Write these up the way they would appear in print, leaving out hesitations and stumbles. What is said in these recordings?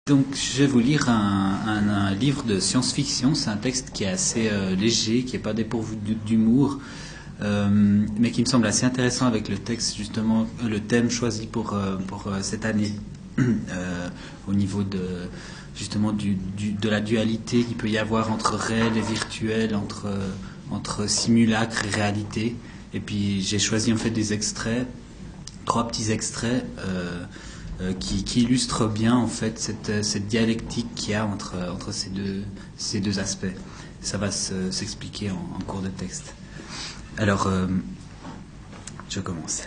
Donc, je vais vous lire un livre de science-fiction. C'est un texte qui est assez léger, qui n'est pas dépourvu d'humour, mais qui me semble assez intéressant avec le texte, justement, le thème choisi pour cette année, au niveau de, justement, de la dualité qu'il peut y avoir entre réel et virtuel, entre simulacre et réalité. Et puis, j'ai choisi en fait des extraits, 3 petits extraits, qui illustre bien en fait cette dialectique qu'il y a entre ces deux aspects. Ça va s'expliquer en cours de texte. Alors, je commence.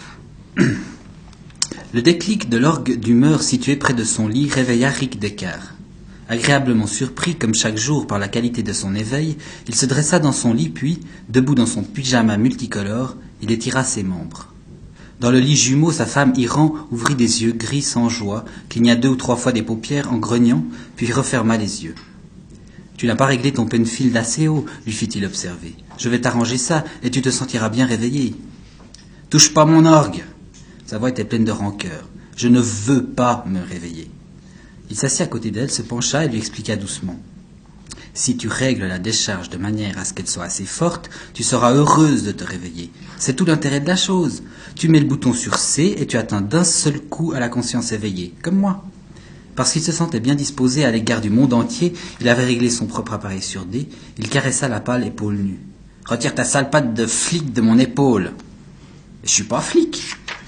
Le déclic de l'orgue d'humeur situé près de son lit réveilla Rick Deckard. Agréablement surpris, comme chaque jour, par la qualité de son éveil, il se dressa dans son lit, puis, debout dans son pyjama multicolore, il étira ses membres. Dans le lit jumeau, sa femme Iran ouvrit des yeux gris sans joie, cligna 2 ou 3 fois des paupières en grognant, puis referma les yeux. « Tu n'as pas réglé ton Penfield assez haut, lui fit-il observer. « Je vais t'arranger ça, et tu te sentiras bien réveillé. »« Touche pas mon orgue !» Sa voix était pleine de rancœur. « Je ne veux pas me réveiller. » Il s'assit à côté d'elle, se pencha et lui expliqua doucement. « Si tu règles la décharge de manière à ce qu'elle soit assez forte, tu seras heureuse de te réveiller. C'est tout l'intérêt de la chose. Tu mets le bouton sur C et tu atteins d'un seul coup à la conscience éveillée, comme moi. » Parce qu'il se sentait bien disposé à l'égard du monde entier, il avait réglé son propre appareil sur D, il caressa la pâle épaule nue. « Retire ta sale patte de flic de mon épaule. »« Je suis pas flic. »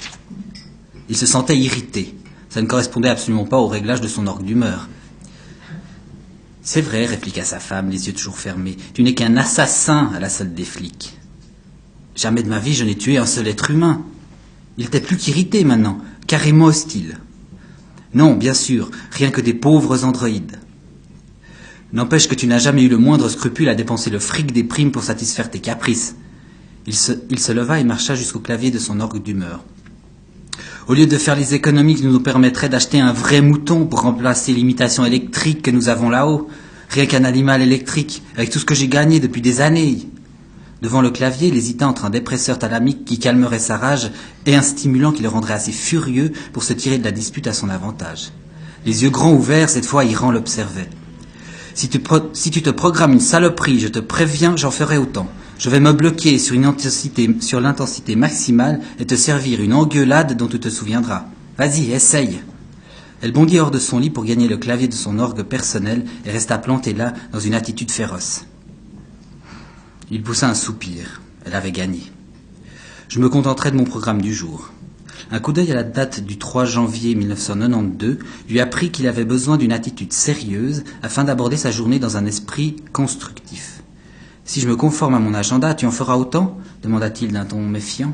Il se sentait irrité. Ça ne correspondait absolument pas au réglage de son orgue d'humeur. « C'est vrai, répliqua sa femme, les yeux toujours fermés. Tu n'es qu'un assassin à la solde des flics. »« Jamais de ma vie je n'ai tué un seul être humain. » Il était plus qu'irrité maintenant, carrément hostile. « Non, bien sûr, rien que des pauvres androïdes. » N'empêche que tu n'as jamais eu le moindre scrupule à dépenser le fric des primes pour satisfaire tes caprices. Il se leva et marcha jusqu'au clavier de son orgue d'humeur. Au lieu de faire les économies qui nous permettraient d'acheter un vrai mouton pour remplacer l'imitation électrique que nous avons là-haut, rien qu'un animal électrique, avec tout ce que j'ai gagné depuis des années. Devant le clavier, il hésita entre un dépresseur thalamique qui calmerait sa rage et un stimulant qui le rendrait assez furieux pour se tirer de la dispute à son avantage. Les yeux grands ouverts, cette fois, Iran l'observait. Si tu te programmes une saloperie, je te préviens, j'en ferai autant. Je vais me bloquer sur l'intensité maximale et te servir une engueulade dont tu te souviendras. Vas-y, essaye. Elle bondit hors de son lit pour gagner le clavier de son orgue personnel et resta plantée là dans une attitude féroce. Il poussa un soupir. Elle avait gagné. Je me contenterai de mon programme du jour. Un coup d'œil à la date du 3 janvier 1992 lui apprit qu'il avait besoin d'une attitude sérieuse afin d'aborder sa journée dans un esprit constructif. « Si je me conforme à mon agenda, tu en feras autant ?» demanda-t-il d'un ton méfiant.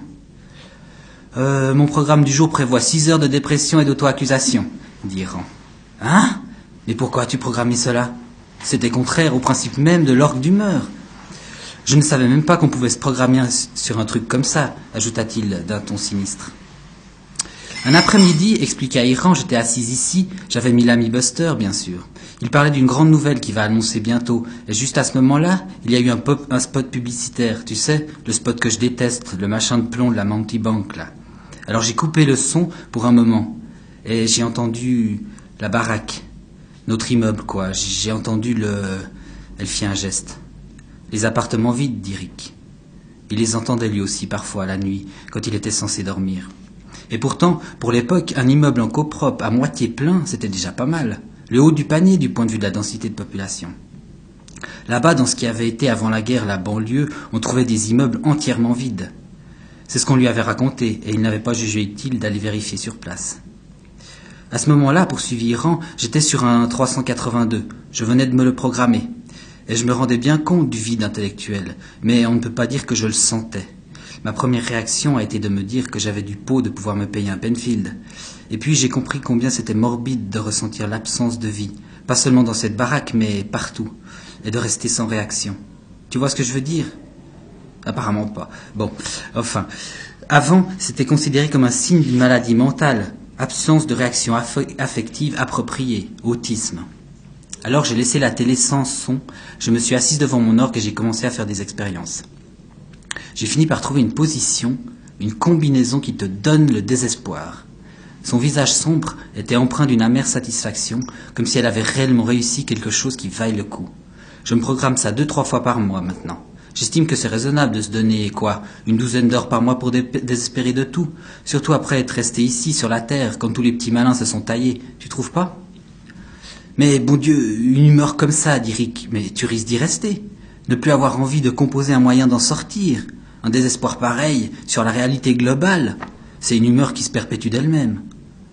« Mon programme du jour prévoit 6 heures de dépression et d'auto-accusation, » dit Iran. « Hein ? Mais pourquoi as-tu programmé cela ? C'était contraire au principe même de l'orgue d'humeur. » « Je ne savais même pas qu'on pouvait se programmer sur un truc comme ça, » ajouta-t-il d'un ton sinistre. Un après-midi, expliqua Iran, j'étais assise ici, j'avais mis l'ami Buster, bien sûr. Il parlait d'une grande nouvelle qui va annoncer bientôt, et juste à ce moment-là, il y a eu un spot publicitaire, tu sais, le spot que je déteste, le machin de plomb de la Mounty Bank, là. Alors j'ai coupé le son pour un moment, et j'ai entendu la baraque, notre immeuble, quoi, j'ai entendu Elle fit un geste. Les appartements vides, dit Rick. Il les entendait lui aussi parfois la nuit, quand il était censé dormir. Et pourtant, pour l'époque, un immeuble en coprope à moitié plein, c'était déjà pas mal. Le haut du panier du point de vue de la densité de population. Là-bas, dans ce qui avait été avant la guerre la banlieue, on trouvait des immeubles entièrement vides. C'est ce qu'on lui avait raconté, et il n'avait pas jugé utile d'aller vérifier sur place. À ce moment-là, poursuivit Iran, j'étais sur un 382. Je venais de me le programmer. Et je me rendais bien compte du vide intellectuel, mais on ne peut pas dire que je le sentais. Ma première réaction a été de me dire que j'avais du pot de pouvoir me payer un Penfield. Et puis j'ai compris combien c'était morbide de ressentir l'absence de vie, pas seulement dans cette baraque, mais partout, et de rester sans réaction. Tu vois ce que je veux dire ? Apparemment pas. Bon, enfin, avant, c'était considéré comme un signe d'une maladie mentale, absence de réaction affective appropriée, autisme. Alors j'ai laissé la télé sans son, je me suis assise devant mon orgue et j'ai commencé à faire des expériences. J'ai fini par trouver une position, une combinaison qui te donne le désespoir. Son visage sombre était empreint d'une amère satisfaction, comme si elle avait réellement réussi quelque chose qui vaille le coup. Je me programme ça 2-3 fois par mois maintenant. J'estime que c'est raisonnable de se donner, une 12aine d'heures par mois pour désespérer de tout. Surtout après être resté ici, sur la terre, quand tous les petits malins se sont taillés. Tu trouves pas? Mais bon Dieu, une humeur comme ça, dit Rick, mais tu risques d'y rester. Ne plus avoir envie de composer un moyen d'en sortir. Un désespoir pareil, sur la réalité globale. C'est une humeur qui se perpétue d'elle-même.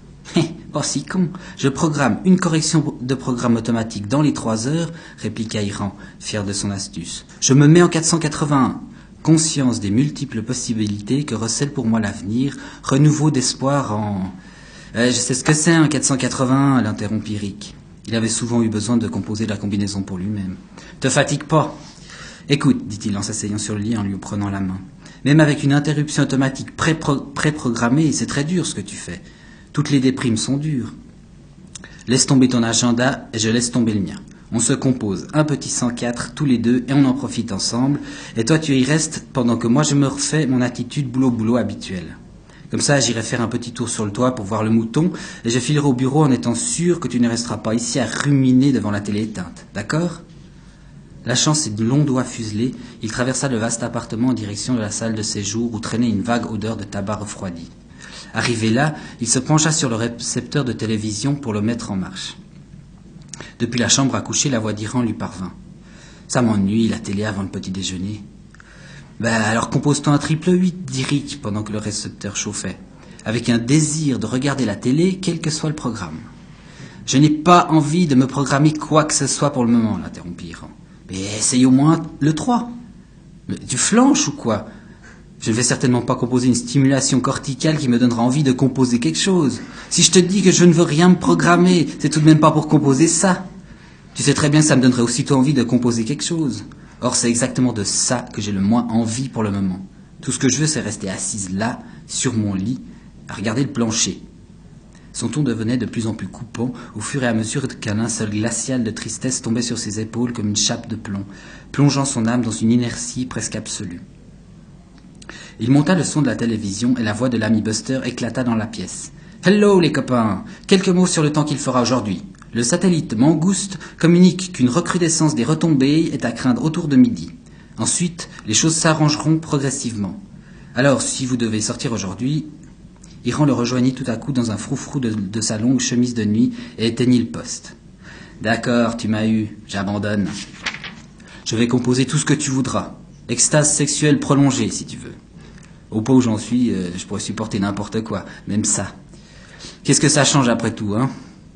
Pas si con. Je programme une correction de programme automatique dans les 3 heures, répliqua Iran, fier de son astuce. Je me mets en 481. Conscience des multiples possibilités que recèle pour moi l'avenir, renouveau d'espoir en... Je sais ce que c'est, un 481, l'interrompit Rick. Il avait souvent eu besoin de composer la combinaison pour lui-même. Te fatigue pas. Écoute, dit-il en s'asseyant sur le lit en lui prenant la main. Même avec une interruption automatique préprogrammée, c'est très dur ce que tu fais. Toutes les déprimes sont dures. Laisse tomber ton agenda et je laisse tomber le mien. On se compose un petit 104 tous les deux et on en profite ensemble. Et toi tu y restes pendant que moi je me refais mon attitude boulot-boulot habituelle. Comme ça j'irai faire un petit tour sur le toit pour voir le mouton et je filerai au bureau en étant sûr que tu ne resteras pas ici à ruminer devant la télé éteinte. D'accord ? Lâchant ses longs doigts fuselés, il traversa le vaste appartement en direction de la salle de séjour où traînait une vague odeur de tabac refroidi. Arrivé là, il se pencha sur le récepteur de télévision pour le mettre en marche. Depuis la chambre à coucher, la voix d'Iran lui parvint. « Ça m'ennuie, la télé avant le petit déjeuner. »« Alors compose-toi un 888, dit Rick pendant que le récepteur chauffait, avec un désir de regarder la télé, quel que soit le programme. »« Je n'ai pas envie de me programmer quoi que ce soit pour le moment, l'interrompit Iran. »« Mais essaye au moins le 3. »« Mais tu flanches ou quoi ? Je ne vais certainement pas composer une stimulation corticale qui me donnera envie de composer quelque chose. Si je te dis que je ne veux rien me programmer, c'est tout de même pas pour composer ça. Tu sais très bien que ça me donnerait aussitôt envie de composer quelque chose. Or, c'est exactement de ça que j'ai le moins envie pour le moment. Tout ce que je veux, c'est rester assise là, sur mon lit, à regarder le plancher. Son ton devenait de plus en plus coupant au fur et à mesure qu'un linceul glacial de tristesse tombait sur ses épaules comme une chape de plomb, plongeant son âme dans une inertie presque absolue. Il monta le son de la télévision et la voix de l'ami Buster éclata dans la pièce. « Hello les copains! Quelques mots sur le temps qu'il fera aujourd'hui. Le satellite Mangouste communique qu'une recrudescence des retombées est à craindre autour de midi. Ensuite, les choses s'arrangeront progressivement. Alors, si vous devez sortir aujourd'hui... » Iran le rejoignit tout à coup dans un froufrou de sa longue chemise de nuit et éteignit le poste. « D'accord, tu m'as eu. J'abandonne. Je vais composer tout ce que tu voudras. Extase sexuelle prolongée, si tu veux. Au point où j'en suis, je pourrais supporter n'importe quoi, même ça. Qu'est-ce que ça change après tout, hein ?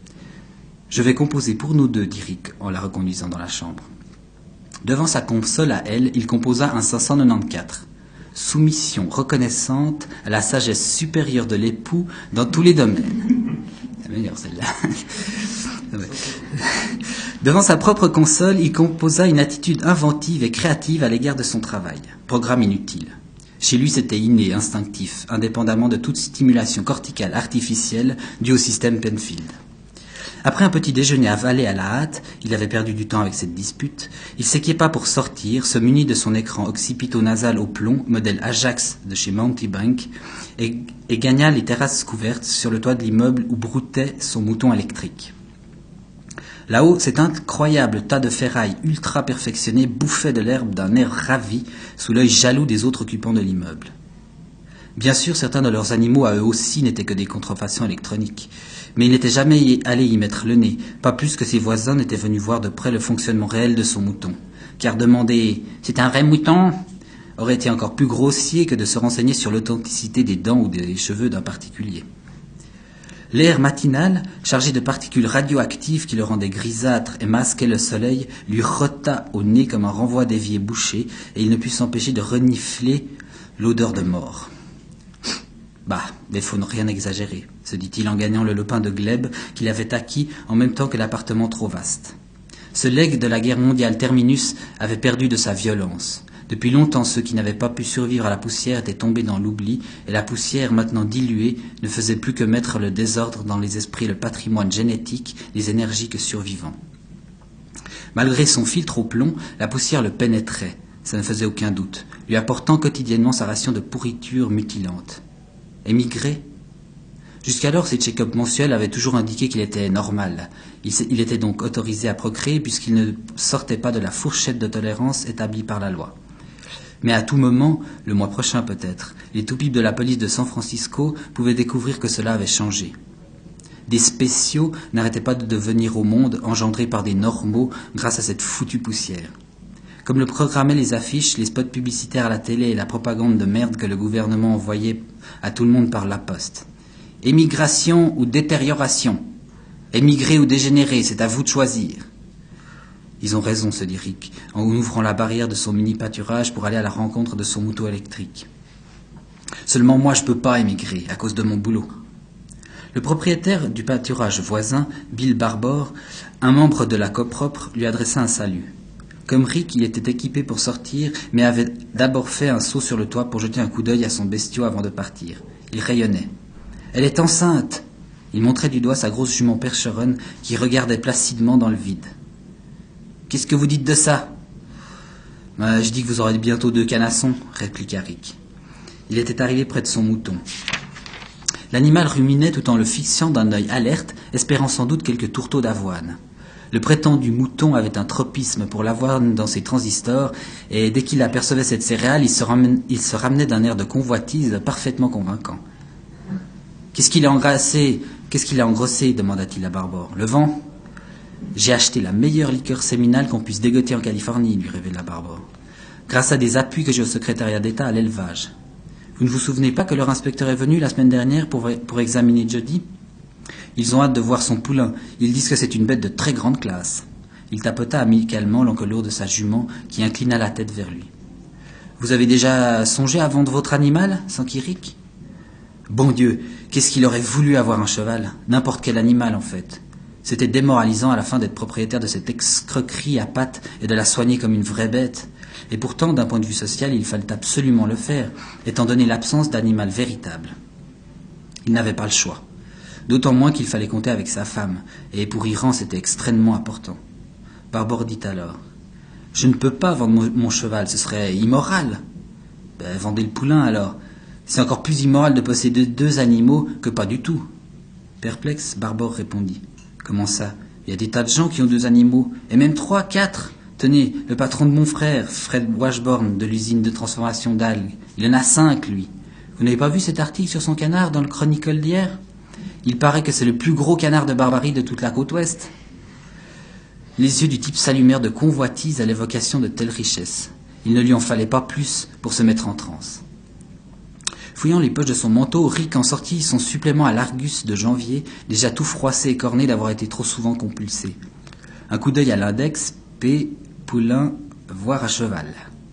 Je vais composer pour nous deux, dit Rick, en la reconduisant dans la chambre. Devant sa console à elle, il composa un 594. Soumission reconnaissante à la sagesse supérieure de l'époux dans tous les domaines. C'est meilleur celle-là. Ouais. Devant sa propre console, il composa une attitude inventive et créative à l'égard de son travail. Programme inutile. Chez lui, c'était inné, instinctif, indépendamment de toute stimulation corticale artificielle due au système Penfield. Après un petit déjeuner avalé à la hâte, il avait perdu du temps avec cette dispute, il s'équipa pour sortir, se munit de son écran occipito-nasal au plomb, modèle Ajax de chez Mountebank, et gagna les terrasses couvertes sur le toit de l'immeuble où broutait son mouton électrique. Là-haut, cet incroyable tas de ferraille ultra perfectionné bouffait de l'herbe d'un air ravi sous l'œil jaloux des autres occupants de l'immeuble. Bien sûr, certains de leurs animaux à eux aussi n'étaient que des contrefaçons électroniques, mais il n'était jamais allé y mettre le nez, pas plus que ses voisins n'étaient venus voir de près le fonctionnement réel de son mouton. Car demander « c'est un vrai mouton ?» aurait été encore plus grossier que de se renseigner sur l'authenticité des dents ou des cheveux d'un particulier. L'air matinal, chargé de particules radioactives qui le rendaient grisâtre et masquaient le soleil, lui rotta au nez comme un renvoi d'évier bouché, et il ne put s'empêcher de renifler l'odeur de mort. Bah, mais faut rien exagérer, se dit-il en gagnant le lopin de glèbe qu'il avait acquis en même temps que l'appartement trop vaste. Ce legs de la guerre mondiale terminus avait perdu de sa violence. Depuis longtemps, ceux qui n'avaient pas pu survivre à la poussière étaient tombés dans l'oubli, et la poussière, maintenant diluée, ne faisait plus que mettre le désordre dans les esprits, le patrimoine génétique, les énergiques survivants. Malgré son filtre au plomb, la poussière le pénétrait, ça ne faisait aucun doute, lui apportant quotidiennement sa ration de pourriture mutilante. Émigrer ? Jusqu'alors, ses check-ups mensuels avaient toujours indiqué qu'il était normal. Il était donc autorisé à procréer puisqu'il ne sortait pas de la fourchette de tolérance établie par la loi. Mais à tout moment, le mois prochain peut-être, les toupipes de la police de San Francisco pouvaient découvrir que cela avait changé. Des spéciaux n'arrêtaient pas de venir au monde, engendrés par des normaux grâce à cette foutue poussière. Comme le programmaient les affiches, les spots publicitaires à la télé et la propagande de merde que le gouvernement envoyait à tout le monde par la poste. Émigration ou détérioration. Émigrer ou dégénérer, c'est à vous de choisir. Ils ont raison, se dit Rick, en ouvrant la barrière de son mini-pâturage pour aller à la rencontre de son mouton électrique. Seulement moi, je peux pas émigrer, à cause de mon boulot. Le propriétaire du pâturage voisin, Bill Barbour, un membre de la copropre, lui adressa un salut. Comme Rick, il était équipé pour sortir, mais avait d'abord fait un saut sur le toit pour jeter un coup d'œil à son bestiau avant de partir. Il rayonnait. « Elle est enceinte !» Il montrait du doigt sa grosse jument percheronne qui regardait placidement dans le vide. « Qu'est-ce que vous dites de ça ?»« Je dis que vous aurez bientôt 2 canassons, » répliqua Rick. Il était arrivé près de son mouton. L'animal ruminait tout en le fixant d'un œil alerte, espérant sans doute quelques tourteaux d'avoine. Le prétendu mouton avait un tropisme pour l'avoine dans ses transistors, et dès qu'il apercevait cette céréale, il se ramenait d'un air de convoitise parfaitement convaincant. « Qu'est-ce qu'il a engrossé ?» demanda-t-il à Barbour. « Le vent ?»« J'ai acheté la meilleure liqueur séminale qu'on puisse dégoter en Californie, » lui révéla Barbour, « grâce à des appuis que j'ai au secrétariat d'État à l'élevage. Vous ne vous souvenez pas que leur inspecteur est venu la semaine dernière pour examiner Jody ? Ils ont hâte de voir son poulain. Ils disent que c'est une bête de très grande classe. » Il tapota amicalement l'encolure de sa jument qui inclina la tête vers lui. « Vous avez déjà songé à vendre votre animal ?» s'enquit Rick. « Bon Dieu, qu'est-ce qu'il aurait voulu avoir un cheval ? N'importe quel animal, en fait. C'était démoralisant à la fin d'être propriétaire de cette escroquerie à pattes et de la soigner comme une vraie bête. Et pourtant, d'un point de vue social, il fallait absolument le faire, étant donné l'absence d'animal véritable. Il n'avait pas le choix. D'autant moins qu'il fallait compter avec sa femme, et pour Iran, c'était extrêmement important. Barbour dit alors, « Je ne peux pas vendre mon cheval, ce serait immoral. » « Vendez le poulain alors. C'est encore plus immoral de posséder 2 animaux que pas du tout. » Perplexe, Barbour répondit, « Comment ça ? Il y a des tas de gens qui ont 2 animaux, et même 3, 4. Tenez, le patron de mon frère, Fred Washburn, de l'usine de transformation d'algues, il en a 5, lui. Vous n'avez pas vu cet article sur son canard dans le Chronicle d'hier ? Il paraît que c'est le plus gros canard de barbarie de toute la côte ouest. » Les yeux du type s'allumèrent de convoitise à l'évocation de telles richesses. Il ne lui en fallait pas plus pour se mettre en transe. Fouillant les poches de son manteau, Rick en sortit son supplément à l'Argus de janvier, déjà tout froissé et corné d'avoir été trop souvent compulsé. Un coup d'œil à l'index, P, poulain, voire à cheval.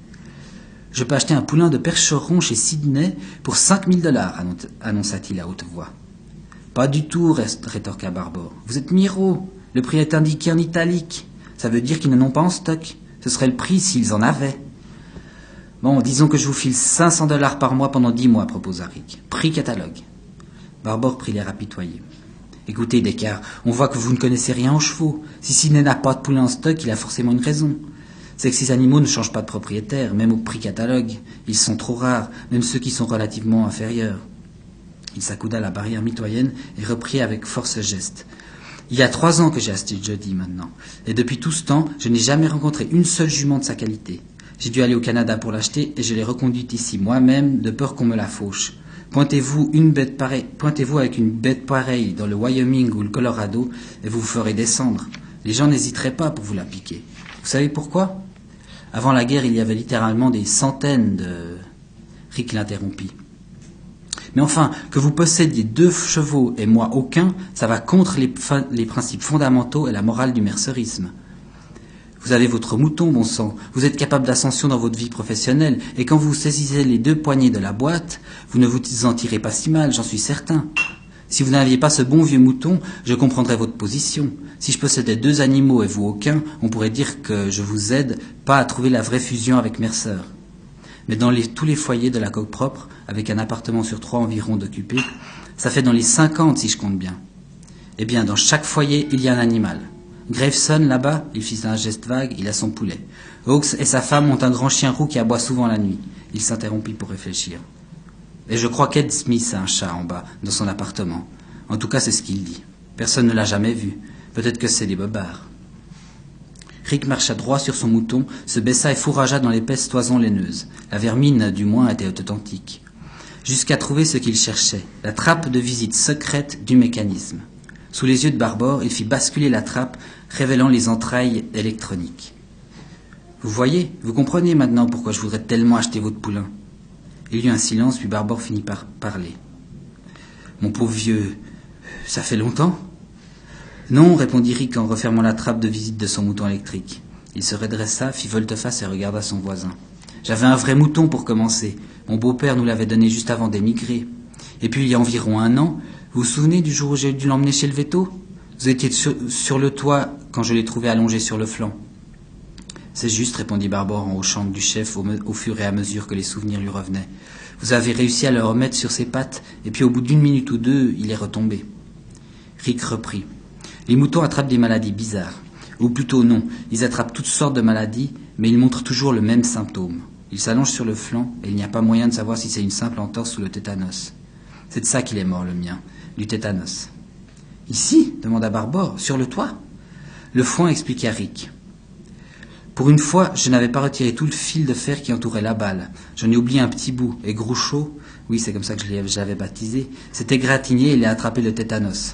« Je peux acheter un poulain de percheron chez Sydney pour 5 000 $, annonça-t-il à haute voix. « Pas du tout, rétorqua Barbour. Vous êtes Miro. Le prix est indiqué en italique. Ça veut dire qu'ils n'en ont pas en stock. Ce serait le prix s'ils en avaient. » « Bon, disons que je vous file 500 $ par mois pendant 10 mois, proposa Rick. Prix catalogue. » Barbour prit l'air apitoyé. « Écoutez, Descartes, on voit que vous ne connaissez rien aux chevaux. Si Sydney n'a pas de poulain en stock, il a forcément une raison. C'est que ces animaux ne changent pas de propriétaire, même au prix catalogue. Ils sont trop rares, même ceux qui sont relativement inférieurs. » Il s'accouda à la barrière mitoyenne et reprit avec force geste. « Il y a 3 ans que j'ai acheté Jody maintenant, et depuis tout ce temps, je n'ai jamais rencontré une seule jument de sa qualité. J'ai dû aller au Canada pour l'acheter et je l'ai reconduite ici moi-même de peur qu'on me la fauche. Pointez-vous avec une bête pareille dans le Wyoming ou le Colorado et vous vous ferez descendre. Les gens n'hésiteraient pas pour vous la piquer. Vous savez pourquoi ? Avant la guerre, il y avait littéralement des centaines de... » Rick l'interrompit. « Mais enfin, que vous possédiez 2 chevaux et moi aucun, ça va contre les principes fondamentaux et la morale du mercerisme. Vous avez votre mouton, bon sang, vous êtes capable d'ascension dans votre vie professionnelle, et quand vous saisissez les 2 poignées de la boîte, vous ne vous en tirez pas si mal, j'en suis certain. Si vous n'aviez pas ce bon vieux mouton, je comprendrais votre position. Si je possédais 2 animaux et vous aucun, on pourrait dire que je vous aide pas à trouver la vraie fusion avec Mercer. Mais dans tous les foyers de la coque propre, avec un appartement sur 3 environ d'occupé, ça fait dans les 50 si je compte bien. Eh bien, dans chaque foyer, il y a un animal. Graveson, là-bas, il fit un geste vague, il a son poulet. Hawks et sa femme ont un grand chien roux qui aboie souvent la nuit. Il s'interrompit pour réfléchir. Et je crois qu'Ed Smith a un chat en bas, dans son appartement. En tout cas, c'est ce qu'il dit. Personne ne l'a jamais vu. Peut-être que c'est des bobards. Rick marcha droit sur son mouton, se baissa et fourragea dans l'épaisse toison laineuse. La vermine, du moins, était authentique. Jusqu'à trouver ce qu'il cherchait, la trappe de visite secrète du mécanisme. Sous les yeux de Barbore, il fit basculer la trappe, révélant les entrailles électroniques. « Vous voyez, vous comprenez maintenant pourquoi je voudrais tellement acheter votre poulain. » Il y eut un silence, puis Barbore finit par parler. « Mon pauvre vieux, ça fait longtemps ?» « Non, répondit Rick en refermant la trappe de visite de son mouton électrique. Il se redressa, fit volte-face et regarda son voisin. « J'avais un vrai mouton pour commencer. Mon beau-père nous l'avait donné juste avant d'émigrer. Et puis il y a environ 1 an, vous vous souvenez du jour où j'ai dû l'emmener chez le veto ? Vous étiez sur le toit quand je l'ai trouvé allongé sur le flanc. »« C'est juste, répondit Barbore en hochant du chef au fur et à mesure que les souvenirs lui revenaient. Vous avez réussi à le remettre sur ses pattes, et puis au bout d'1 minute ou 2, il est retombé. » Rick reprit. Les moutons attrapent des maladies bizarres. Ou plutôt non, ils attrapent toutes sortes de maladies, mais ils montrent toujours le même symptôme. Ils s'allongent sur le flanc, et il n'y a pas moyen de savoir si c'est une simple entorse ou le tétanos. C'est de ça qu'il est mort, le mien, du tétanos. « Ici ?» demanda Barbore. « Sur le toit ?» Le foin expliqua Rick. Pour une fois, je n'avais pas retiré tout le fil de fer qui entourait la balle. J'en ai oublié un petit bout, et Groucho, oui c'est comme ça que je l'avais baptisé, s'était gratigné et il a attrapé le tétanos.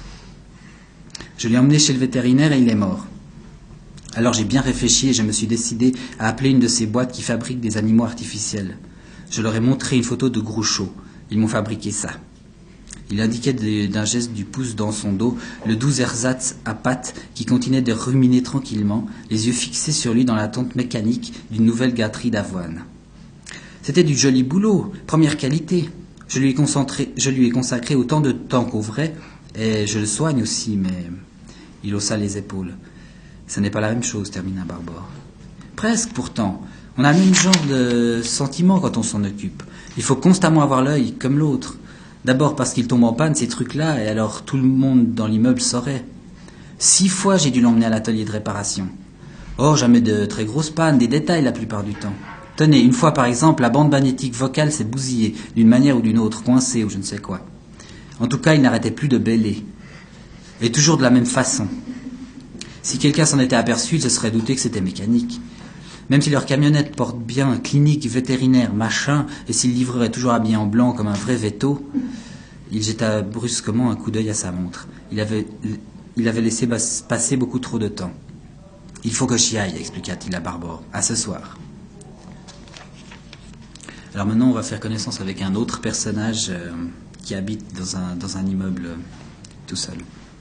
Je l'ai emmené chez le vétérinaire et il est mort. Alors j'ai bien réfléchi et je me suis décidé à appeler une de ces boîtes qui fabriquent des animaux artificiels. Je leur ai montré une photo de Groucho. Ils m'ont fabriqué ça. Il indiquait d'un geste du pouce dans son dos le doux ersatz à pattes qui continuait de ruminer tranquillement, les yeux fixés sur lui dans l'attente mécanique d'une nouvelle gâterie d'avoine. C'était du joli boulot, première qualité. Je lui ai consacré autant de temps qu'au vrai, et je le soigne aussi, mais... Il haussa les épaules. Ce n'est pas la même chose, termina Barbore. Presque, pourtant. On a le même genre de sentiment quand on s'en occupe. Il faut constamment avoir l'œil, comme l'autre. D'abord parce qu'il tombe en panne, ces trucs-là, et alors tout le monde dans l'immeuble saurait. 6 fois, j'ai dû l'emmener à l'atelier de réparation. Oh, jamais de très grosses pannes, des détails la plupart du temps. Tenez, une fois par exemple, la bande magnétique vocale s'est bousillée, d'une manière ou d'une autre, coincée ou je ne sais quoi. En tout cas, il n'arrêtait plus de bêler. Et toujours de la même façon. Si quelqu'un s'en était aperçu, il se serait douté que c'était mécanique. Même si leur camionnette porte bien clinique, vétérinaire, machin, et s'il livrerait toujours habillé en blanc comme un vrai véto, il jeta brusquement un coup d'œil à sa montre. Il avait laissé passer beaucoup trop de temps. « Il faut que j'y aille, expliqua-t-il à Barbore. À ce soir. » Alors maintenant, on va faire connaissance avec un autre personnage qui habite dans un immeuble tout seul.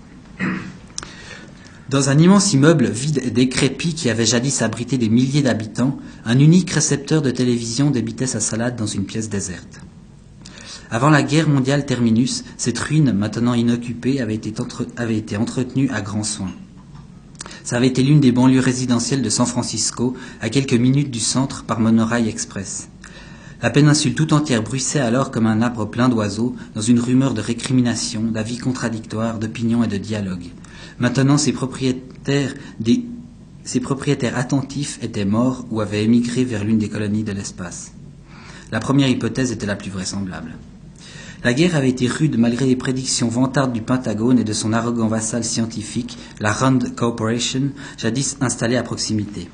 Dans un immense immeuble vide et décrépit qui avait jadis abrité des milliers d'habitants, un unique récepteur de télévision débitait sa salade dans une pièce déserte. Avant la guerre mondiale terminus, cette ruine, maintenant inoccupée, avait été entretenue à grands soins. Ça avait été l'une des banlieues résidentielles de San Francisco, à quelques minutes du centre par monorail express. La péninsule tout entière bruissait alors comme un arbre plein d'oiseaux, dans une rumeur de récriminations, d'avis contradictoires, d'opinions et de dialogues. Maintenant, ses propriétaires attentifs étaient morts ou avaient émigré vers l'une des colonies de l'espace. La première hypothèse était la plus vraisemblable. La guerre avait été rude malgré les prédictions vantardes du Pentagone et de son arrogant vassal scientifique, la Rand Corporation, jadis installée à proximité.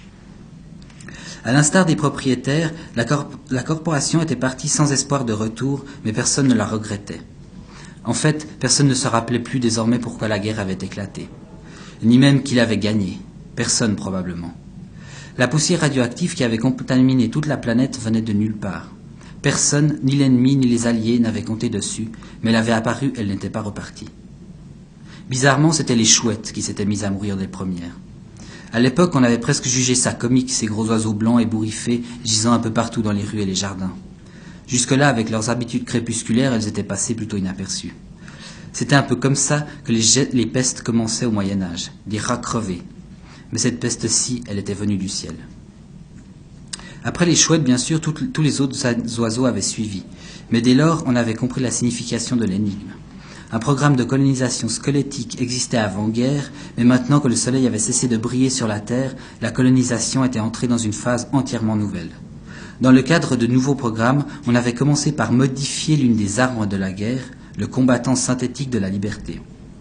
À l'instar des propriétaires, la corporation était partie sans espoir de retour, mais personne ne la regrettait. En fait, personne ne se rappelait plus désormais pourquoi la guerre avait éclaté, ni même qui l'avait gagnée. Personne probablement. La poussière radioactive qui avait contaminé toute la planète venait de nulle part. Personne, ni l'ennemi ni les alliés, n'avait compté dessus, mais elle avait apparu, elle n'était pas repartie. Bizarrement, c'étaient les chouettes qui s'étaient mises à mourir des premières. À l'époque, on avait presque jugé ça comique, ces gros oiseaux blancs ébouriffés gisant un peu partout dans les rues et les jardins. Jusque-là, avec leurs habitudes crépusculaires, elles étaient passées plutôt inaperçues. C'était un peu comme ça que les pestes commençaient au Moyen-Âge, des rats crevés. Mais cette peste-ci, elle était venue du ciel. Après les chouettes, bien sûr, tous les autres oiseaux avaient suivi. Mais dès lors, on avait compris la signification de l'énigme. Un programme de colonisation squelettique existait avant-guerre, mais maintenant que le soleil avait cessé de briller sur la Terre, la colonisation était entrée dans une phase entièrement nouvelle. Dans le cadre de nouveaux programmes, on avait commencé par modifier l'une des armes de la guerre, le combattant synthétique de la liberté.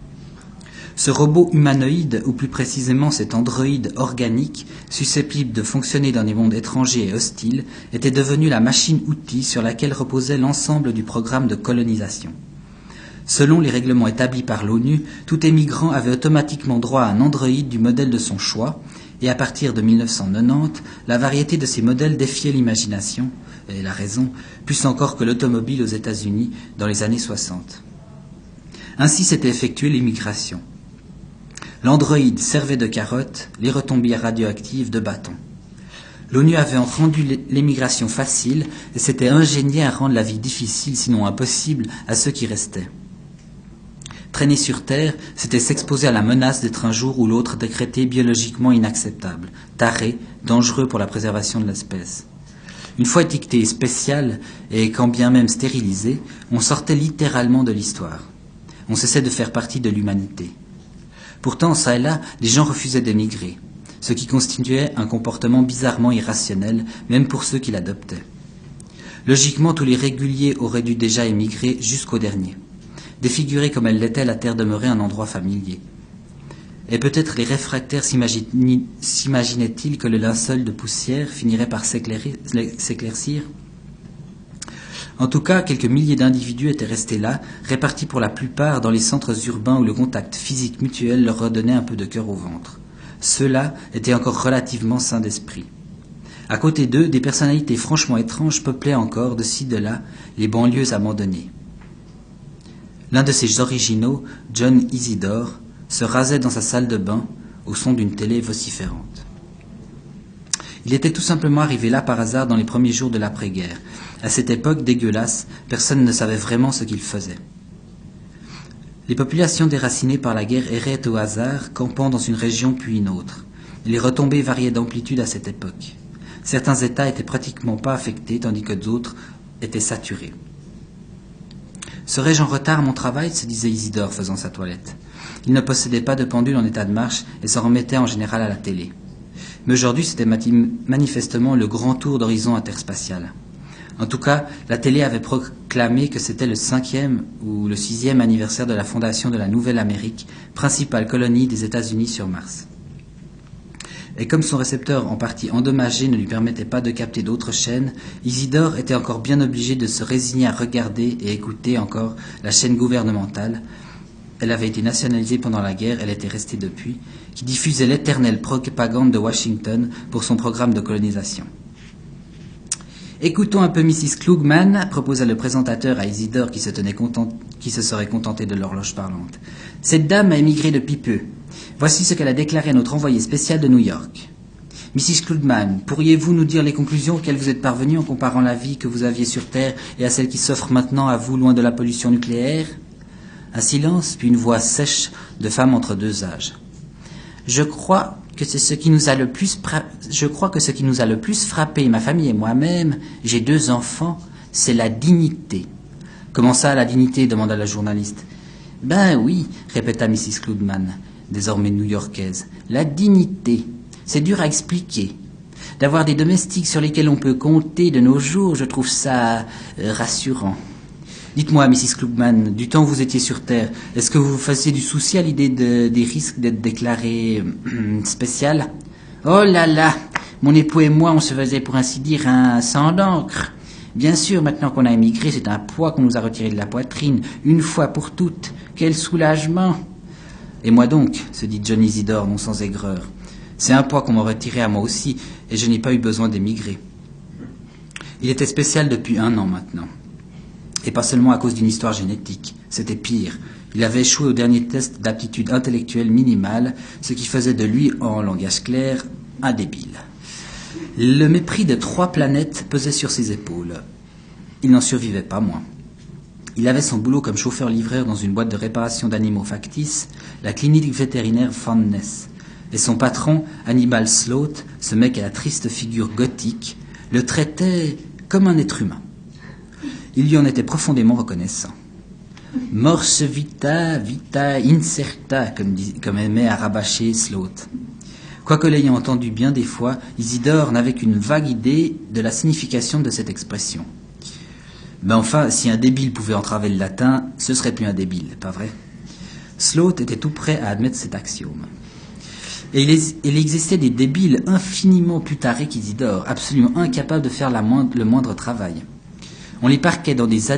Ce robot humanoïde, ou plus précisément cet androïde organique, susceptible de fonctionner dans des mondes étrangers et hostiles, était devenu la machine-outil sur laquelle reposait l'ensemble du programme de colonisation. Selon les règlements établis par l'ONU, tout émigrant avait automatiquement droit à un androïde du modèle de son choix, et à partir de 1990, la variété de ces modèles défiait l'imagination, et la raison, plus encore que l'automobile aux États-Unis dans les années 60. Ainsi s'était effectuée l'immigration. L'androïde servait de carotte, les retombées radioactives de bâton. L'ONU avait rendu l'émigration facile et s'était ingéniée à rendre la vie difficile, sinon impossible, à ceux qui restaient. Traîner sur Terre, c'était s'exposer à la menace d'être un jour ou l'autre décrété biologiquement inacceptable, taré, dangereux pour la préservation de l'espèce. Une fois étiqueté spécial, et quand bien même stérilisé, on sortait littéralement de l'histoire. On cessait de faire partie de l'humanité. Pourtant, ça et là, les gens refusaient d'émigrer, ce qui constituait un comportement bizarrement irrationnel, même pour ceux qui l'adoptaient. Logiquement, tous les réguliers auraient dû déjà émigrer jusqu'au dernier. Défigurée comme elle l'était, la terre demeurait un endroit familier. Et peut-être les réfractaires s'imaginaient-ils que le linceul de poussière finirait par s'éclaircir ? En tout cas, quelques milliers d'individus étaient restés là, répartis pour la plupart dans les centres urbains où le contact physique mutuel leur redonnait un peu de cœur au ventre. Ceux-là étaient encore relativement sains d'esprit. À côté d'eux, des personnalités franchement étranges peuplaient encore, de ci de là, les banlieues abandonnées. L'un de ces originaux, John Isidore, se rasait dans sa salle de bain au son d'une télé vociférante. Il était tout simplement arrivé là par hasard dans les premiers jours de l'après-guerre. À cette époque dégueulasse, personne ne savait vraiment ce qu'il faisait. Les populations déracinées par la guerre erraient au hasard, campant dans une région puis une autre. Les retombées variaient d'amplitude à cette époque. Certains États étaient pratiquement pas affectés, tandis que d'autres étaient saturés. Serais-je en retard à mon travail, se disait Isidore, faisant sa toilette. Il ne possédait pas de pendule en état de marche et s'en remettait en général à la télé. Mais aujourd'hui, c'était manifestement le grand tour d'horizon interspatial. En tout cas, la télé avait proclamé que c'était le 5e ou le 6e anniversaire de la fondation de la Nouvelle-Amérique, principale colonie des États-Unis sur Mars. Et comme son récepteur en partie endommagé ne lui permettait pas de capter d'autres chaînes, Isidore était encore bien obligé de se résigner à regarder et écouter encore la chaîne gouvernementale. Elle avait été nationalisée pendant la guerre, elle était restée depuis, qui diffusait l'éternelle propagande de Washington pour son programme de colonisation. « Écoutons un peu Mrs. Klugman », proposa le présentateur à Isidore qui se serait contenté de l'horloge parlante. « Cette dame a émigré depuis peu. Voici ce qu'elle a déclaré à notre envoyé spécial de New York. Mrs. Klugman, pourriez-vous nous dire les conclusions auxquelles vous êtes parvenue en comparant la vie que vous aviez sur Terre et à celle qui s'offre maintenant à vous loin de la pollution nucléaire ?» Un silence, puis une voix sèche de femme entre deux âges. Je crois que ce qui nous a le plus frappé, ma famille et moi-même, j'ai 2 enfants, c'est la dignité. Comment ça, la dignité demanda la journaliste. Ben oui, répéta Mrs. Klugman, désormais new-yorkaise. La dignité, c'est dur à expliquer. D'avoir des domestiques sur lesquels on peut compter de nos jours, je trouve ça rassurant. Dites-moi, Mrs. Klugman, du temps où vous étiez sur Terre, est-ce que vous vous faisiez du souci à l'idée des risques d'être déclaré spécial ? Oh là là, mon époux et moi, on se faisait pour ainsi dire un sang d'encre. Bien sûr, maintenant qu'on a émigré, c'est un poids qu'on nous a retiré de la poitrine, une fois pour toutes. Quel soulagement ! Et moi donc, se dit John Isidore, non sans aigreur. C'est un poids qu'on m'a retiré à moi aussi, et je n'ai pas eu besoin d'émigrer. Il était spécial depuis 1 an maintenant. Et pas seulement à cause d'une histoire génétique. C'était pire. Il avait échoué au dernier test d'aptitude intellectuelle minimale, ce qui faisait de lui, en langage clair, un débile. Le mépris de 3 planètes pesait sur ses épaules. Il n'en survivait pas moins. Il avait son boulot comme chauffeur-livreur dans une boîte de réparation d'animaux factices, la clinique vétérinaire Van Ness. Et son patron, Hannibal Sloat, ce mec à la triste figure gothique, le traitait comme un être humain. Il lui en était profondément reconnaissant. Mors vita, vita incerta, comme aimait à rabâcher Sloat. Quoique l'ayant entendu bien des fois, Isidore n'avait qu'une vague idée de la signification de cette expression. Ben enfin, si un débile pouvait entraver le latin, ce serait plus un débile, pas vrai? Sloat était tout prêt à admettre cet axiome. Et il existait des débiles infiniment plus tarés qu'Isidore, absolument incapables de faire le moindre travail. On les parquait dans des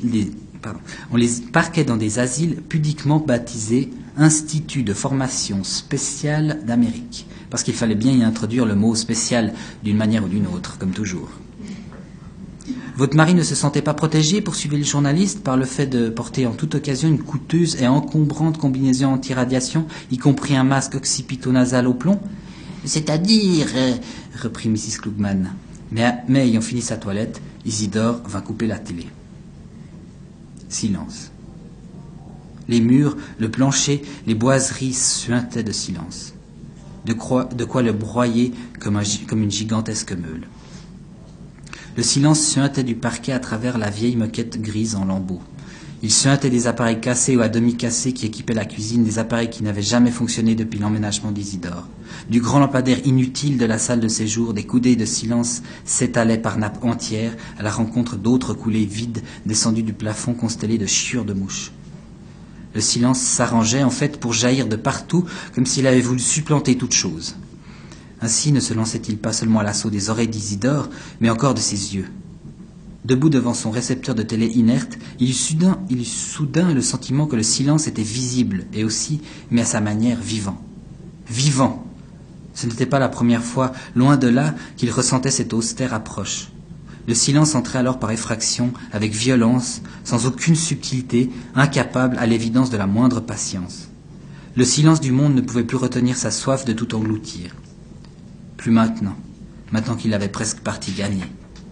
asiles pudiquement baptisés Instituts de formation spéciale d'Amérique, parce qu'il fallait bien y introduire le mot spécial d'une manière ou d'une autre, comme toujours. Votre mari ne se sentait pas protégé, poursuivait le journaliste, par le fait de porter en toute occasion une coûteuse et encombrante combinaison anti-radiation, y compris un masque occipito-nasal au plomb? C'est-à-dire, reprit Mrs. Klugman. Mais ayant fini sa toilette, Isidore vint couper la télé. Silence. Les murs, le plancher, les boiseries suintaient de silence. De quoi le broyer comme une gigantesque meule. Le silence suintait du parquet à travers la vieille moquette grise en lambeaux. Il suintait des appareils cassés ou à demi cassés qui équipaient la cuisine, des appareils qui n'avaient jamais fonctionné depuis l'emménagement d'Isidore. Du grand lampadaire inutile de la salle de séjour, des coudées de silence s'étalaient par nappes entières à la rencontre d'autres coulées vides descendues du plafond constellé de chiures de mouches. Le silence s'arrangeait en fait pour jaillir de partout comme s'il avait voulu supplanter toute chose. Ainsi ne se lançait-il pas seulement à l'assaut des oreilles d'Isidore, mais encore de ses yeux. Debout devant son récepteur de télé inerte, il eut soudain le sentiment que le silence était visible et aussi, mais à sa manière, vivant. Vivant! Ce n'était pas la première fois, loin de là, qu'il ressentait cette austère approche. Le silence entrait alors par effraction, avec violence, sans aucune subtilité, incapable à l'évidence de la moindre patience. Le silence du monde ne pouvait plus retenir sa soif de tout engloutir. Plus maintenant qu'il avait presque partie gagnée.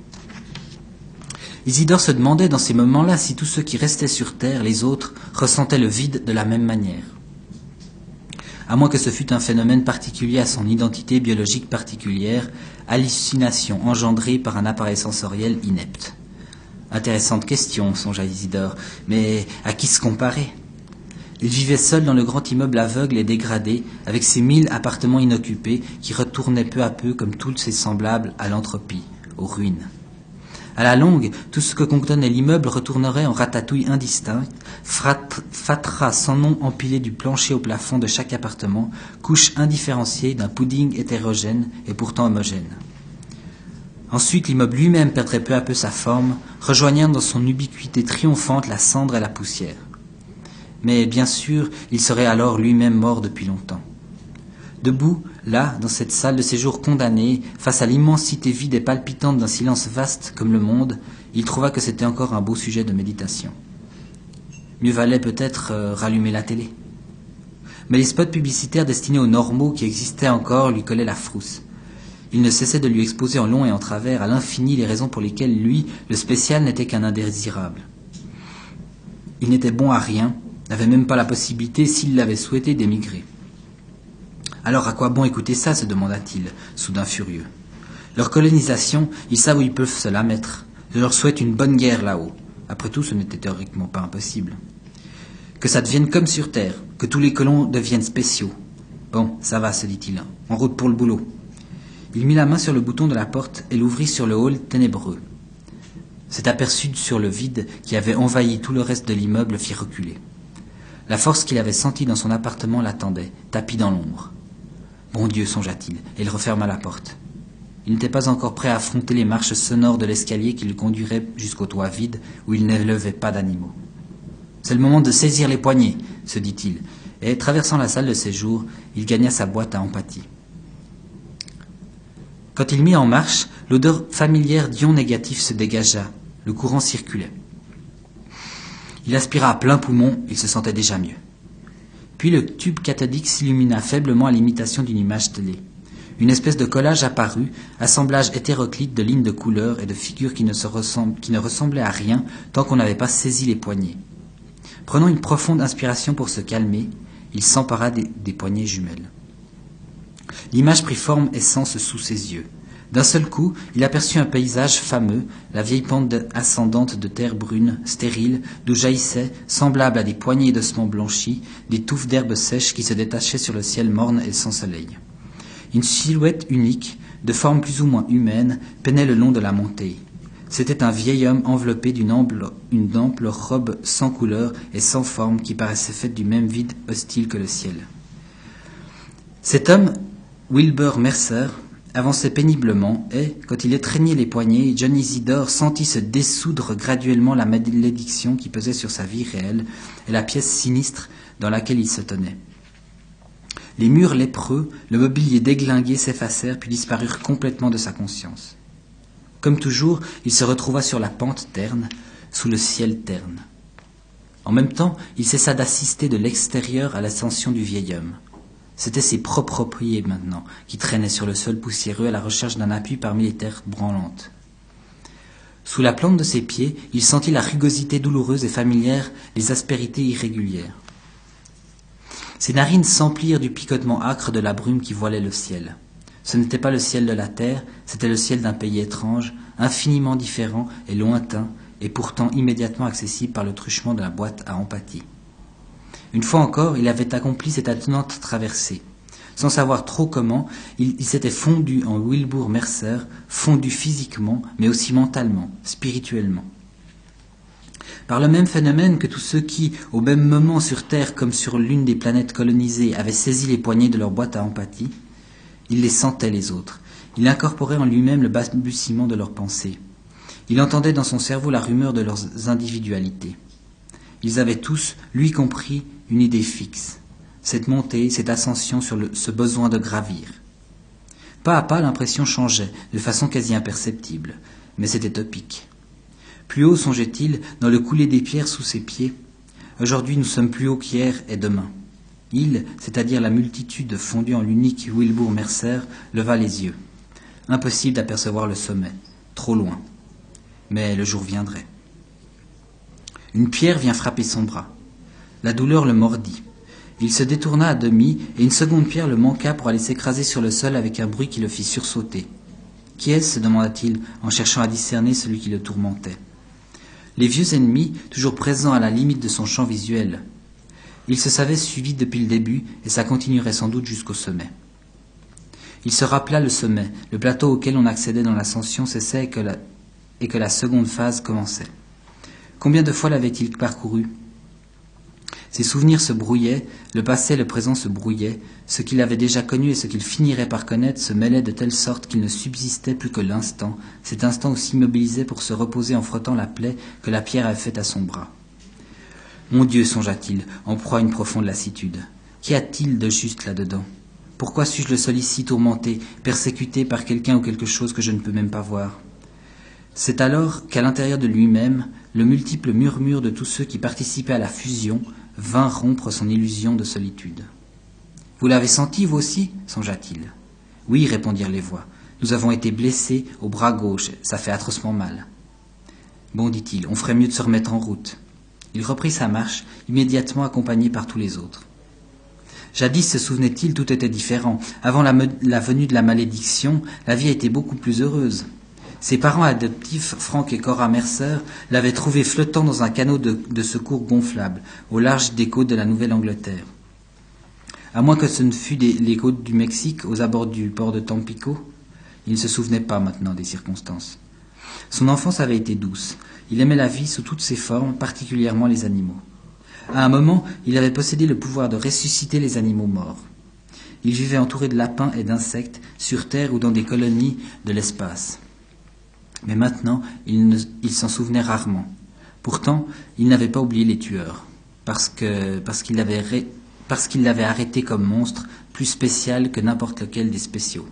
Isidore se demandait dans ces moments-là si tous ceux qui restaient sur terre, les autres, ressentaient le vide de la même manière. À moins que ce fût un phénomène particulier à son identité biologique particulière, hallucination engendrée par un appareil sensoriel inepte. Intéressante question, songea Isidore, mais à qui se comparer? Il vivait seul dans le grand immeuble aveugle et dégradé, avec ses 1000 appartements inoccupés qui retournaient peu à peu, comme tous ses semblables, à l'entropie, aux ruines. À la longue, tout ce que contenait l'immeuble retournerait en ratatouille indistincte, fatras sans nom empilés du plancher au plafond de chaque appartement, couche indifférenciée d'un pudding hétérogène et pourtant homogène. Ensuite, l'immeuble lui-même perdrait peu à peu sa forme, rejoignant dans son ubiquité triomphante la cendre et la poussière. Mais bien sûr, il serait alors lui-même mort depuis longtemps. Debout, là, dans cette salle de séjour condamnée, face à l'immensité vide et palpitante d'un silence vaste comme le monde, il trouva que c'était encore un beau sujet de méditation. Mieux valait peut-être rallumer la télé. Mais les spots publicitaires destinés aux normaux qui existaient encore lui collaient la frousse. Il ne cessait de lui exposer en long et en travers à l'infini les raisons pour lesquelles lui, le spécial, n'était qu'un indésirable. Il n'était bon à rien, n'avait même pas la possibilité, s'il l'avait souhaité, d'émigrer. Alors à quoi bon écouter ça, se demanda-t-il, soudain furieux. Leur colonisation, ils savent où ils peuvent se la mettre. Je leur souhaite une bonne guerre là-haut. Après tout, ce n'était théoriquement pas impossible. Que ça devienne comme sur Terre, que tous les colons deviennent spéciaux. Bon, ça va, se dit-il, en route pour le boulot. Il mit la main sur le bouton de la porte et l'ouvrit sur le hall ténébreux. Cet aperçu sur le vide qui avait envahi tout le reste de l'immeuble fit reculer. La force qu'il avait sentie dans son appartement l'attendait, tapie dans l'ombre. Bon Dieu, songea-t-il, et il referma la porte. Il n'était pas encore prêt à affronter les marches sonores de l'escalier qui le conduirait jusqu'au toit vide où il n'élevait pas d'animaux. C'est le moment de saisir les poignets, se dit-il, et traversant la salle de séjour, il gagna sa boîte à empathie. Quand il mit en marche, l'odeur familière d'ions négatifs se dégagea, le courant circulait. Il aspira à plein poumon, il se sentait déjà mieux. Puis le tube cathodique s'illumina faiblement à l'imitation d'une image télé. Une espèce de collage apparut, assemblage hétéroclite de lignes de couleurs et de figures qui ne ressemblaient à rien tant qu'on n'avait pas saisi les poignées. Prenant une profonde inspiration pour se calmer, il s'empara des poignées jumelles. L'image prit forme et sens sous ses yeux. D'un seul coup, il aperçut un paysage fameux, la vieille pente ascendante de terre brune, stérile, d'où jaillissaient, semblables à des poignées d'ossements blanchis, des touffes d'herbes sèches qui se détachaient sur le ciel morne et sans soleil. Une silhouette unique, de forme plus ou moins humaine, peinait le long de la montée. C'était un vieil homme enveloppé une ample robe sans couleur et sans forme qui paraissait faite du même vide hostile que le ciel. Cet homme, Wilbur Mercer, avançait péniblement et, quand il étreignait les poignets, John Isidore sentit se dessoudre graduellement la malédiction qui pesait sur sa vie réelle et la pièce sinistre dans laquelle il se tenait. Les murs lépreux, le mobilier déglingué s'effacèrent puis disparurent complètement de sa conscience. Comme toujours, il se retrouva sur la pente terne, sous le ciel terne. En même temps, il cessa d'assister de l'extérieur à l'ascension du vieil homme. C'étaient ses propres pieds maintenant, qui traînaient sur le sol poussiéreux à la recherche d'un appui parmi les terres branlantes. Sous la plante de ses pieds, il sentit la rugosité douloureuse et familière, les aspérités irrégulières. Ses narines s'emplirent du picotement âcre de la brume qui voilait le ciel. Ce n'était pas le ciel de la terre, c'était le ciel d'un pays étrange, infiniment différent et lointain, et pourtant immédiatement accessible par le truchement de la boîte à empathie. Une fois encore, il avait accompli cette attenante traversée. Sans savoir trop comment, il s'était fondu en Wilbur Mercer, fondu physiquement, mais aussi mentalement, spirituellement. Par le même phénomène que tous ceux qui, au même moment sur Terre comme sur l'une des planètes colonisées, avaient saisi les poignées de leur boîte à empathie, il les sentait les autres. Il incorporait en lui-même le balbutiement de leurs pensées. Il entendait dans son cerveau la rumeur de leurs individualités. Ils avaient tous, lui compris, une idée fixe. Cette montée, cette ascension sur ce besoin de gravir. Pas à pas, l'impression changeait, de façon quasi imperceptible, mais c'était topique. Plus haut, songeait-il, dans le coulé des pierres sous ses pieds. Aujourd'hui, nous sommes plus haut qu'hier et demain. Il, c'est-à-dire la multitude fondue en l'unique Wilbur Mercer, leva les yeux. Impossible d'apercevoir le sommet, trop loin. Mais le jour viendrait. Une pierre vient frapper son bras. La douleur le mordit. Il se détourna à demi, et une seconde pierre le manqua pour aller s'écraser sur le sol avec un bruit qui le fit sursauter. Qui est-ce ? Se demanda-t-il, en cherchant à discerner celui qui le tourmentait. Les vieux ennemis, toujours présents à la limite de son champ visuel. Il se savait suivi depuis le début, et ça continuerait sans doute jusqu'au sommet. Il se rappela le sommet, le plateau auquel on accédait dans l'ascension cessait et que la seconde phase commençait. Combien de fois l'avait-il parcouru ? Ses souvenirs se brouillaient, le passé et le présent se brouillaient, ce qu'il avait déjà connu et ce qu'il finirait par connaître se mêlaient de telle sorte qu'il ne subsistait plus que l'instant, cet instant où s'immobilisait pour se reposer en frottant la plaie que la pierre avait faite à son bras. Mon Dieu, songea-t-il, en proie à une profonde lassitude. Qu'y a-t-il de juste là-dedans ? Pourquoi suis-je le seul ici tourmenté, persécuté par quelqu'un ou quelque chose que je ne peux même pas voir ? C'est alors qu'à l'intérieur de lui-même, le multiple murmure de tous ceux qui participaient à la fusion vint rompre son illusion de solitude. « Vous l'avez senti, vous aussi ?» songea-t-il. « Oui, répondirent les voix. Nous avons été blessés au bras gauche, ça fait atrocement mal. » « Bon, dit-il, on ferait mieux de se remettre en route. » Il reprit sa marche, immédiatement accompagné par tous les autres. Jadis, se souvenait-il, tout était différent. Avant la venue de la malédiction, la vie était beaucoup plus heureuse. Ses parents adoptifs, Frank et Cora Mercer, l'avaient trouvé flottant dans un canot de secours gonflable, au large des côtes de la Nouvelle-Angleterre. À moins que ce ne fût les côtes du Mexique, aux abords du port de Tampico, il ne se souvenait pas maintenant des circonstances. Son enfance avait été douce. Il aimait la vie sous toutes ses formes, particulièrement les animaux. À un moment, il avait possédé le pouvoir de ressusciter les animaux morts. Il vivait entouré de lapins et d'insectes, sur Terre ou dans des colonies de l'espace. Mais maintenant, il s'en souvenait rarement. Pourtant, il n'avait pas oublié les tueurs, parce qu'il l'avait arrêté comme monstre, plus spécial que n'importe lequel des spéciaux.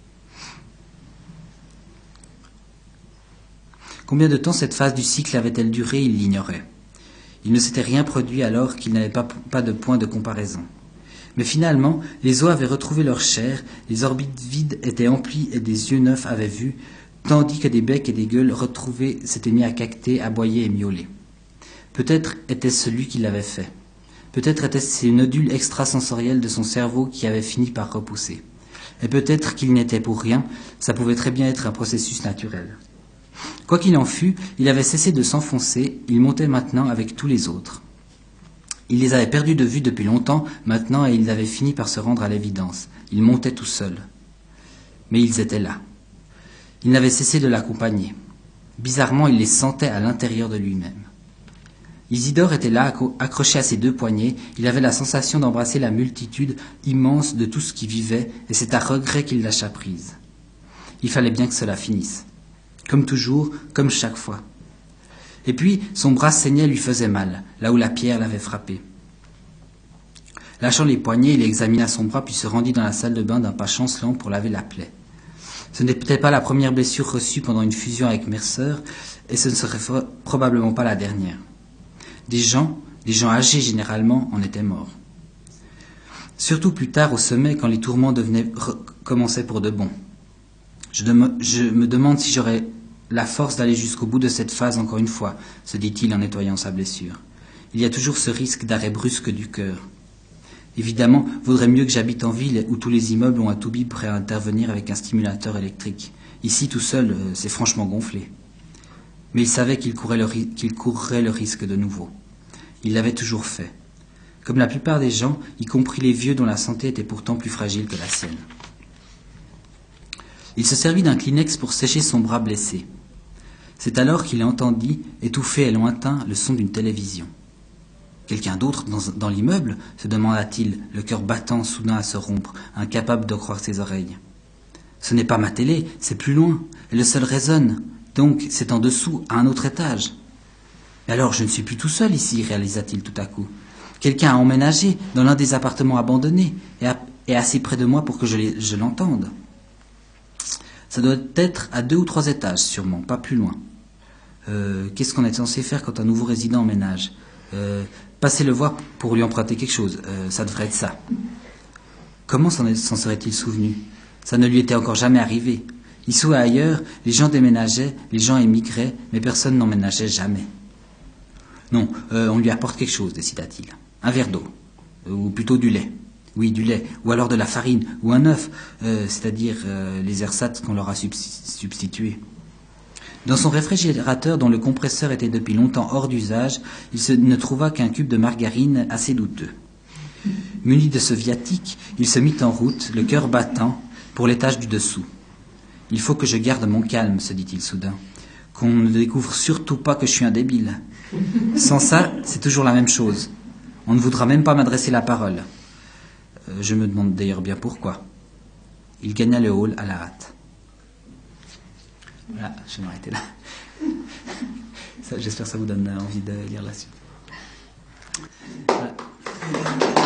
Combien de temps cette phase du cycle avait-elle duré, il l'ignorait. Il ne s'était rien produit alors qu'il n'avait pas de point de comparaison. Mais finalement, les os avaient retrouvé leur chair, les orbites vides étaient emplies et des yeux neufs avaient vu, tandis que des becs et des gueules retrouvés s'étaient mis à caqueter, aboyer et miauler. Peut-être était-ce lui qui l'avait fait. Peut-être étaient-ce ces nodules extrasensoriels de son cerveau qui avaient fini par repousser. Et peut-être qu'il n'était pour rien, ça pouvait très bien être un processus naturel. Quoi qu'il en fût, il avait cessé de s'enfoncer, il montait maintenant avec tous les autres. Il les avait perdus de vue depuis longtemps maintenant et il avait fini par se rendre à l'évidence. Il montait tout seul. Mais ils étaient là. Il n'avait cessé de l'accompagner. Bizarrement, il les sentait à l'intérieur de lui-même. Isidore était là, accroché à ses deux poignets. Il avait la sensation d'embrasser la multitude immense de tout ce qui vivait, et c'est à regret qu'il lâcha prise. Il fallait bien que cela finisse. Comme toujours, comme chaque fois. Et puis, son bras saignait et lui faisait mal, là où la pierre l'avait frappé. Lâchant les poignets, il examina son bras, puis se rendit dans la salle de bain d'un pas chancelant pour laver la plaie. Ce n'était peut-être pas la première blessure reçue pendant une fusion avec Mercer, et ce ne serait probablement pas la dernière. Des gens âgés généralement, en étaient morts. Surtout plus tard au sommet, quand les tourments commençaient pour de bon. Je me demande si j'aurais la force d'aller jusqu'au bout de cette phase encore une fois, se dit-il en nettoyant sa blessure. Il y a toujours ce risque d'arrêt brusque du cœur. Évidemment, vaudrait mieux que j'habite en ville où tous les immeubles ont un toubib prêt à intervenir avec un stimulateur électrique. Ici, tout seul, c'est franchement gonflé. Mais il savait qu'il courrait le risque de nouveau. Il l'avait toujours fait. Comme la plupart des gens, y compris les vieux dont la santé était pourtant plus fragile que la sienne. Il se servit d'un Kleenex pour sécher son bras blessé. C'est alors qu'il entendit, étouffé et lointain, le son d'une télévision. Quelqu'un d'autre dans l'immeuble, se demanda-t-il, le cœur battant soudain à se rompre, incapable de croire ses oreilles. Ce n'est pas ma télé, c'est plus loin, et le sol résonne, donc c'est en dessous, à un autre étage. Mais alors je ne suis plus tout seul ici, réalisa-t-il tout à coup. Quelqu'un a emménagé dans l'un des appartements abandonnés, et assez près de moi pour que je l'entende. Ça doit être à 2 ou 3 étages, sûrement, pas plus loin. Qu'est-ce qu'on est censé faire quand un nouveau résident emménage ? Passer le voir pour lui emprunter quelque chose, ça devrait être ça. Comment s'en serait-il souvenu ? Ça ne lui était encore jamais arrivé. Ici ou ailleurs, les gens déménageaient, les gens émigraient, mais personne n'emménageait jamais. Non, on lui apporte quelque chose, décida-t-il. Un verre d'eau, ou plutôt du lait. Oui, du lait, ou alors de la farine, ou un œuf, c'est-à-dire les ersatz qu'on leur a substitués. Dans son réfrigérateur, dont le compresseur était depuis longtemps hors d'usage, il ne trouva qu'un cube de margarine assez douteux. Muni de ce viatique, il se mit en route, le cœur battant, pour l'étage du dessous. « Il faut que je garde mon calme, se dit-il soudain. Qu'on ne découvre surtout pas que je suis un débile. Sans ça, c'est toujours la même chose. On ne voudra même pas m'adresser la parole. Je me demande d'ailleurs bien pourquoi. » Il gagna le hall à la hâte. Voilà, je vais m'arrêter là. J'espère que ça vous donne envie de lire la suite. Voilà.